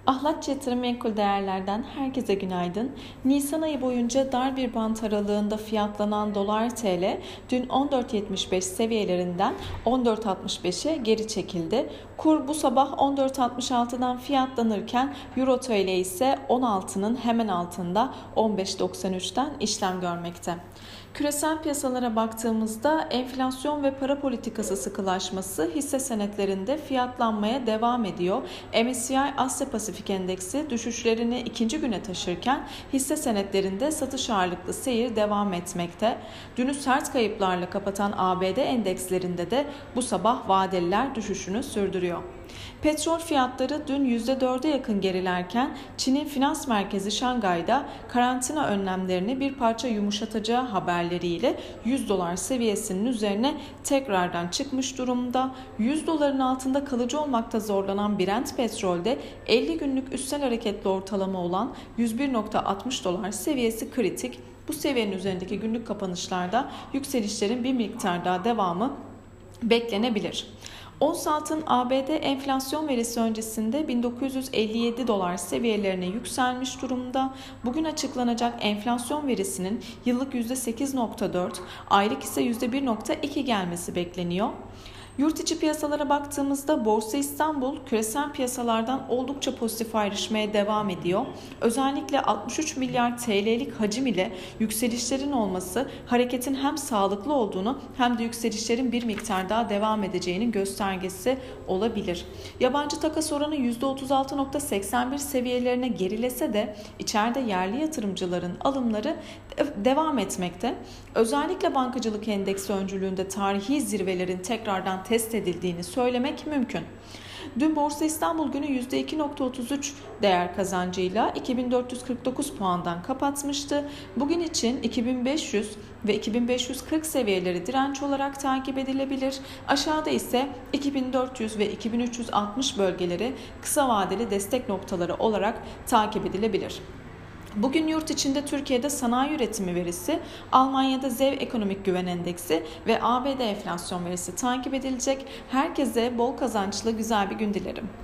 Ahlatçı Yatırım Menkul Değerler'den herkese günaydın. Nisan ayı boyunca dar bir bant aralığında fiyatlanan dolar TL dün 14.75 seviyelerinden 14.65'e geri çekildi. Kur bu sabah 14.66'dan fiyatlanırken Euro TL ise 16'nın hemen altında 15.93'ten işlem görmekte. Küresel piyasalara baktığımızda enflasyon ve para politikası sıkılaşması hisse senetlerinde fiyatlanmaya devam ediyor. MSCI Asya Pasifik Endeksi düşüşlerini ikinci güne taşırken hisse senetlerinde satış ağırlıklı seyir devam etmekte. Dünü sert kayıplarla kapatan ABD endekslerinde de bu sabah vadeliler düşüşünü sürdürüyor. Petrol fiyatları dün %4'e yakın gerilerken Çin'in finans merkezi Şangay'da karantina önlemlerini bir parça yumuşatacağı haberleriyle 100 dolar seviyesinin üzerine tekrardan çıkmış durumda. 100 doların altında kalıcı olmakta zorlanan Brent petrolde 50 günlük üstel hareketli ortalama olan 101.60 dolar seviyesi kritik. Bu seviyenin üzerindeki günlük kapanışlarda yükselişlerin bir miktar daha devamı beklenebilir. Ons altın ABD enflasyon verisi öncesinde 1957 dolar seviyelerine yükselmiş durumda. Bugün açıklanacak enflasyon verisinin yıllık %8.4, aylık ise %1.2 gelmesi bekleniyor. Yurt içi piyasalara baktığımızda Borsa İstanbul küresel piyasalardan oldukça pozitif ayrışmaya devam ediyor. Özellikle 63 milyar TL'lik hacim ile yükselişlerin olması hareketin hem sağlıklı olduğunu hem de yükselişlerin bir miktar daha devam edeceğinin göstergesi olabilir. Yabancı takas oranı %36.81 seviyelerine gerilese de içeride yerli yatırımcıların alımları devam etmekte. Özellikle bankacılık endeksi öncülüğünde tarihi zirvelerin tekrardan test edildiğini söylemek mümkün. Dün Borsa İstanbul günü %2.33 değer kazancıyla 2449 puandan kapatmıştı. Bugün için 2500 ve 2540 seviyeleri direnç olarak takip edilebilir. Aşağıda ise 2400 ve 2360 bölgeleri kısa vadeli destek noktaları olarak takip edilebilir. Bugün yurt içinde Türkiye'de sanayi üretimi verisi, Almanya'da ZEV Ekonomik Güven Endeksi ve ABD enflasyon verisi takip edilecek. Herkese bol kazançlı güzel bir gün dilerim.